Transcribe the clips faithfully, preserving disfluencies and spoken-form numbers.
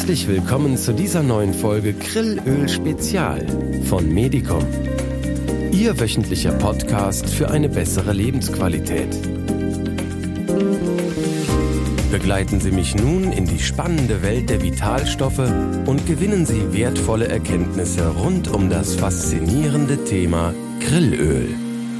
Herzlich willkommen zu dieser neuen Folge Krillöl Spezial von Medicom. Ihr wöchentlicher Podcast für eine bessere Lebensqualität. Begleiten Sie mich nun in die spannende Welt der Vitalstoffe und gewinnen Sie wertvolle Erkenntnisse rund um das faszinierende Thema Krillöl.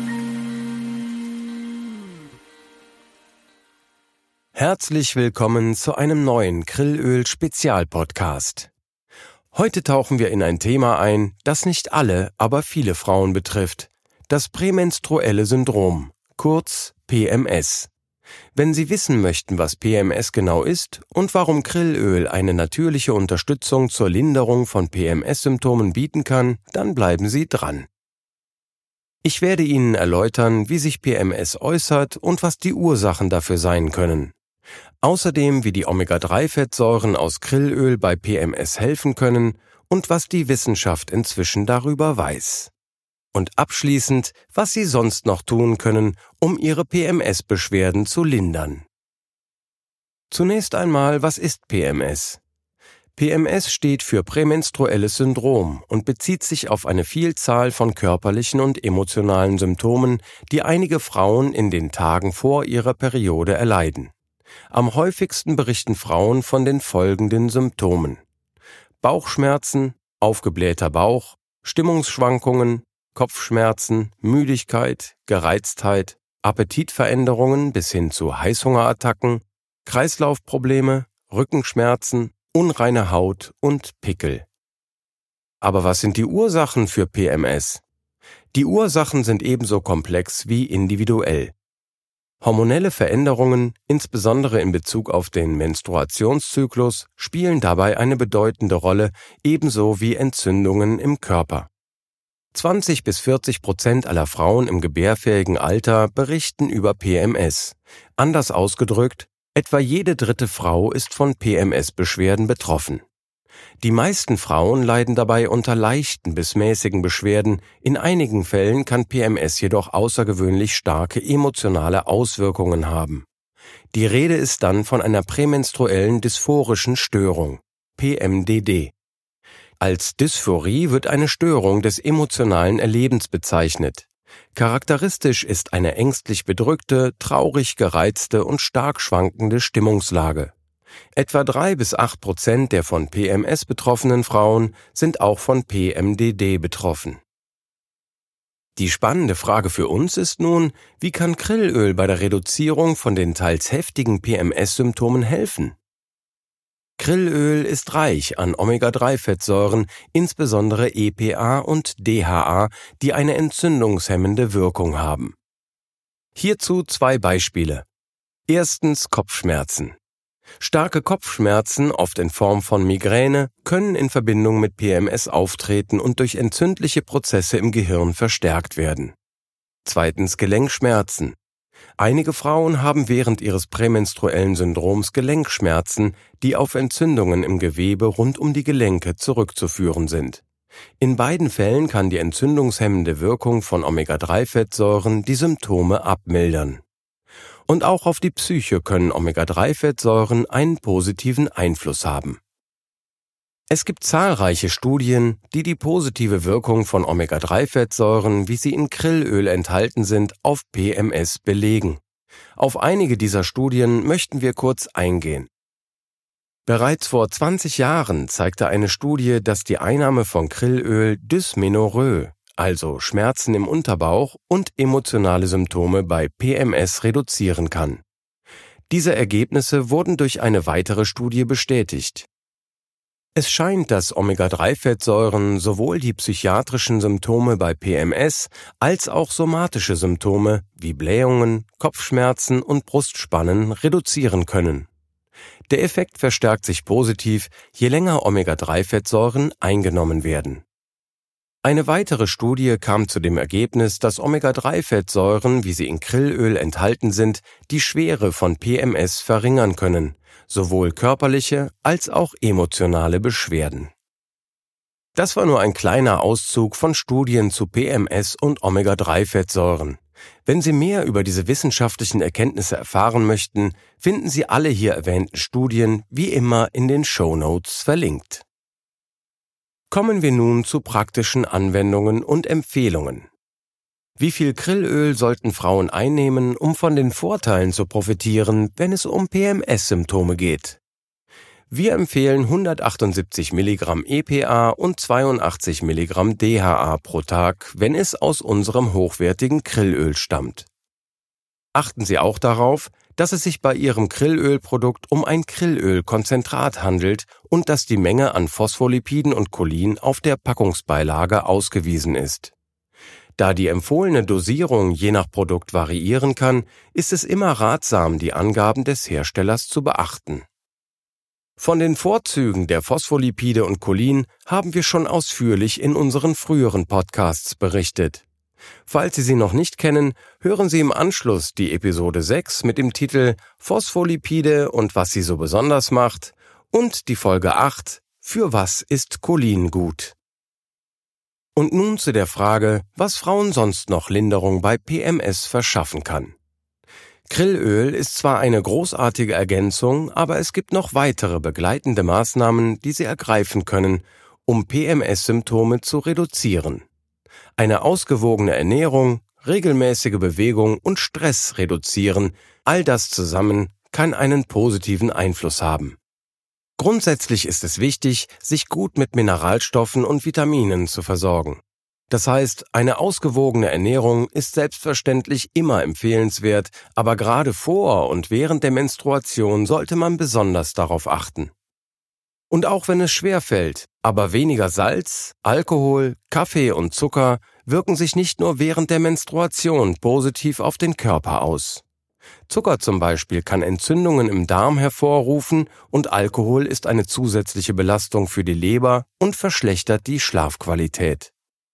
Herzlich willkommen zu einem neuen Krillöl-Spezial-Podcast. Heute tauchen wir in ein Thema ein, das nicht alle, aber viele Frauen betrifft. Das prämenstruelle Syndrom, kurz P M S. Wenn Sie wissen möchten, was P M S genau ist und warum Krillöl eine natürliche Unterstützung zur Linderung von P M S-Symptomen bieten kann, dann bleiben Sie dran. Ich werde Ihnen erläutern, wie sich P M S äußert und was die Ursachen dafür sein können. Außerdem, wie die Omega drei Fettsäuren aus Krillöl bei P M S helfen können und was die Wissenschaft inzwischen darüber weiß. Und abschließend, was Sie sonst noch tun können, um Ihre P M S-Beschwerden zu lindern. Zunächst einmal, was ist P M S? P M S steht für prämenstruelles Syndrom und bezieht sich auf eine Vielzahl von körperlichen und emotionalen Symptomen, die einige Frauen in den Tagen vor ihrer Periode erleiden. Am häufigsten berichten Frauen von den folgenden Symptomen: Bauchschmerzen, aufgeblähter Bauch, Stimmungsschwankungen, Kopfschmerzen, Müdigkeit, Gereiztheit, Appetitveränderungen bis hin zu Heißhungerattacken, Kreislaufprobleme, Rückenschmerzen, unreine Haut und Pickel. Aber was sind die Ursachen für P M S? Die Ursachen sind ebenso komplex wie individuell. Hormonelle Veränderungen, insbesondere in Bezug auf den Menstruationszyklus, spielen dabei eine bedeutende Rolle, ebenso wie Entzündungen im Körper. zwanzig bis vierzig Prozent aller Frauen im gebärfähigen Alter berichten über P M S. Anders ausgedrückt, etwa jede dritte Frau ist von P M S-Beschwerden betroffen. Die meisten Frauen leiden dabei unter leichten bis mäßigen Beschwerden, in einigen Fällen kann P M S jedoch außergewöhnlich starke emotionale Auswirkungen haben. Die Rede ist dann von einer prämenstruellen dysphorischen Störung, P M D D. Als Dysphorie wird eine Störung des emotionalen Erlebens bezeichnet. Charakteristisch ist eine ängstlich bedrückte, traurig gereizte und stark schwankende Stimmungslage. Etwa drei bis acht Prozent der von P M S betroffenen Frauen sind auch von P M D D betroffen. Die spannende Frage für uns ist nun, wie kann Krillöl bei der Reduzierung von den teils heftigen P M S-Symptomen helfen? Krillöl ist reich an Omega drei Fettsäuren, insbesondere E P A und D H A, die eine entzündungshemmende Wirkung haben. Hierzu zwei Beispiele. Erstens Kopfschmerzen. Starke Kopfschmerzen, oft in Form von Migräne, können in Verbindung mit P M S auftreten und durch entzündliche Prozesse im Gehirn verstärkt werden. Zweitens Gelenkschmerzen. Einige Frauen haben während ihres prämenstruellen Syndroms Gelenkschmerzen, die auf Entzündungen im Gewebe rund um die Gelenke zurückzuführen sind. In beiden Fällen kann die entzündungshemmende Wirkung von Omega drei Fettsäuren die Symptome abmildern. Und auch auf die Psyche können Omega drei Fettsäuren einen positiven Einfluss haben. Es gibt zahlreiche Studien, die die positive Wirkung von Omega drei Fettsäuren, wie sie in Krillöl enthalten sind, auf P M S belegen. Auf einige dieser Studien möchten wir kurz eingehen. Bereits vor zwanzig Jahren zeigte eine Studie, dass die Einnahme von Krillöl Dysmenorrhoe, also Schmerzen im Unterbauch und emotionale Symptome bei P M S reduzieren kann. Diese Ergebnisse wurden durch eine weitere Studie bestätigt. Es scheint, dass Omega drei Fettsäuren sowohl die psychiatrischen Symptome bei P M S als auch somatische Symptome wie Blähungen, Kopfschmerzen und Brustspannen reduzieren können. Der Effekt verstärkt sich positiv, je länger Omega drei Fettsäuren eingenommen werden. Eine weitere Studie kam zu dem Ergebnis, dass Omega drei Fettsäuren, wie sie in Krillöl enthalten sind, die Schwere von P M S verringern können, sowohl körperliche als auch emotionale Beschwerden. Das war nur ein kleiner Auszug von Studien zu P M S und Omega drei Fettsäuren. Wenn Sie mehr über diese wissenschaftlichen Erkenntnisse erfahren möchten, finden Sie alle hier erwähnten Studien wie immer in den Shownotes verlinkt. Kommen wir nun zu praktischen Anwendungen und Empfehlungen. Wie viel Krillöl sollten Frauen einnehmen, um von den Vorteilen zu profitieren, wenn es um P M S-Symptome geht? Wir empfehlen hundertachtundsiebzig Milligramm E P A und zweiundachtzig Milligramm D H A pro Tag, wenn es aus unserem hochwertigen Krillöl stammt. Achten Sie auch darauf, dass es sich bei Ihrem Krillölprodukt um ein Krillölkonzentrat handelt und dass die Menge an Phospholipiden und Cholin auf der Packungsbeilage ausgewiesen ist. Da die empfohlene Dosierung je nach Produkt variieren kann, ist es immer ratsam, die Angaben des Herstellers zu beachten. Von den Vorzügen der Phospholipide und Cholin haben wir schon ausführlich in unseren früheren Podcasts berichtet. Falls Sie sie noch nicht kennen, hören Sie im Anschluss die Episode sechs mit dem Titel Phospholipide und was sie so besonders macht und die Folge acht Für was ist Cholin gut? Und nun zu der Frage, was Frauen sonst noch Linderung bei P M S verschaffen kann. Krillöl ist zwar eine großartige Ergänzung, aber es gibt noch weitere begleitende Maßnahmen, die Sie ergreifen können, um P M S-Symptome zu reduzieren. Eine ausgewogene Ernährung, regelmäßige Bewegung und Stress reduzieren, all das zusammen kann einen positiven Einfluss haben. Grundsätzlich ist es wichtig, sich gut mit Mineralstoffen und Vitaminen zu versorgen. Das heißt, eine ausgewogene Ernährung ist selbstverständlich immer empfehlenswert, aber gerade vor und während der Menstruation sollte man besonders darauf achten. Und auch wenn es schwerfällt, aber weniger Salz, Alkohol, Kaffee und Zucker wirken sich nicht nur während der Menstruation positiv auf den Körper aus. Zucker zum Beispiel kann Entzündungen im Darm hervorrufen und Alkohol ist eine zusätzliche Belastung für die Leber und verschlechtert die Schlafqualität.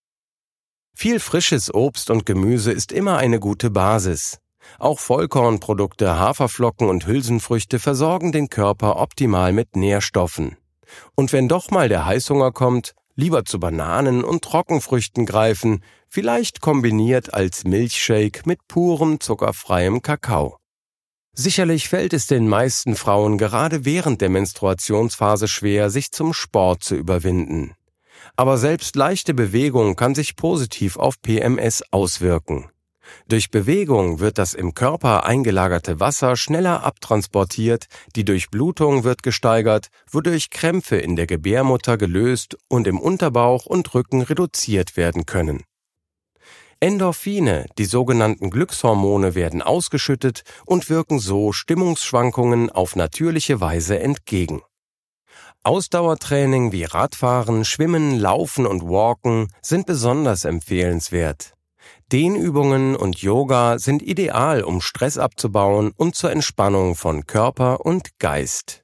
Viel frisches Obst und Gemüse ist immer eine gute Basis. Auch Vollkornprodukte, Haferflocken und Hülsenfrüchte versorgen den Körper optimal mit Nährstoffen. Und wenn doch mal der Heißhunger kommt, lieber zu Bananen und Trockenfrüchten greifen, vielleicht kombiniert als Milchshake mit purem zuckerfreiem Kakao. Sicherlich fällt es den meisten Frauen gerade während der Menstruationsphase schwer, sich zum Sport zu überwinden. Aber selbst leichte Bewegung kann sich positiv auf P M S auswirken. Durch Bewegung wird das im Körper eingelagerte Wasser schneller abtransportiert, die Durchblutung wird gesteigert, wodurch Krämpfe in der Gebärmutter gelöst und im Unterbauch und Rücken reduziert werden können. Endorphine, die sogenannten Glückshormone, werden ausgeschüttet und wirken so Stimmungsschwankungen auf natürliche Weise entgegen. Ausdauertraining wie Radfahren, Schwimmen, Laufen und Walken sind besonders empfehlenswert. Dehnübungen und Yoga sind ideal, um Stress abzubauen und zur Entspannung von Körper und Geist.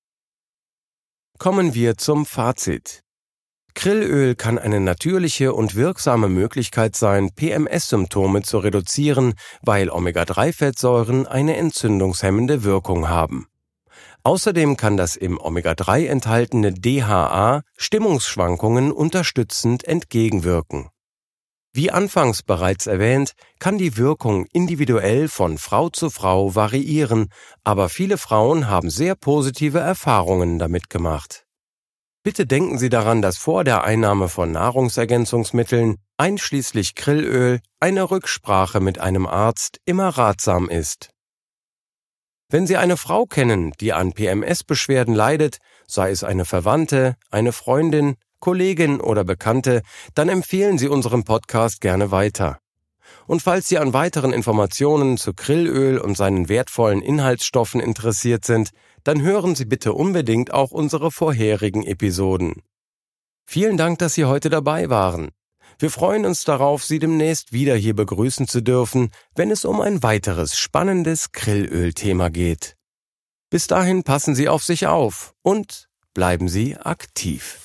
Kommen wir zum Fazit. Krillöl kann eine natürliche und wirksame Möglichkeit sein, P M S-Symptome zu reduzieren, weil Omega drei Fettsäuren eine entzündungshemmende Wirkung haben. Außerdem kann das im Omega drei enthaltene D H A Stimmungsschwankungen unterstützend entgegenwirken. Wie anfangs bereits erwähnt, kann die Wirkung individuell von Frau zu Frau variieren, aber viele Frauen haben sehr positive Erfahrungen damit gemacht. Bitte denken Sie daran, dass vor der Einnahme von Nahrungsergänzungsmitteln, einschließlich Krillöl, eine Rücksprache mit einem Arzt immer ratsam ist. Wenn Sie eine Frau kennen, die an P M S-Beschwerden leidet, sei es eine Verwandte, eine Freundin, Kollegin oder Bekannte, dann empfehlen Sie unseren Podcast gerne weiter. Und falls Sie an weiteren Informationen zu Krillöl und seinen wertvollen Inhaltsstoffen interessiert sind, dann hören Sie bitte unbedingt auch unsere vorherigen Episoden. Vielen Dank, dass Sie heute dabei waren. Wir freuen uns darauf, Sie demnächst wieder hier begrüßen zu dürfen, wenn es um ein weiteres spannendes Krillöl-Thema geht. Bis dahin passen Sie auf sich auf und bleiben Sie aktiv.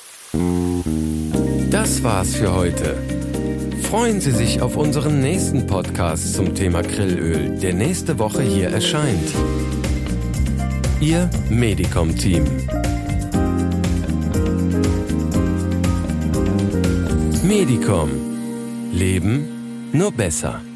Das war's für heute. Freuen Sie sich auf unseren nächsten Podcast zum Thema Krillöl, der nächste Woche hier erscheint. Ihr Medicom-Team. Medicom. Leben nur besser.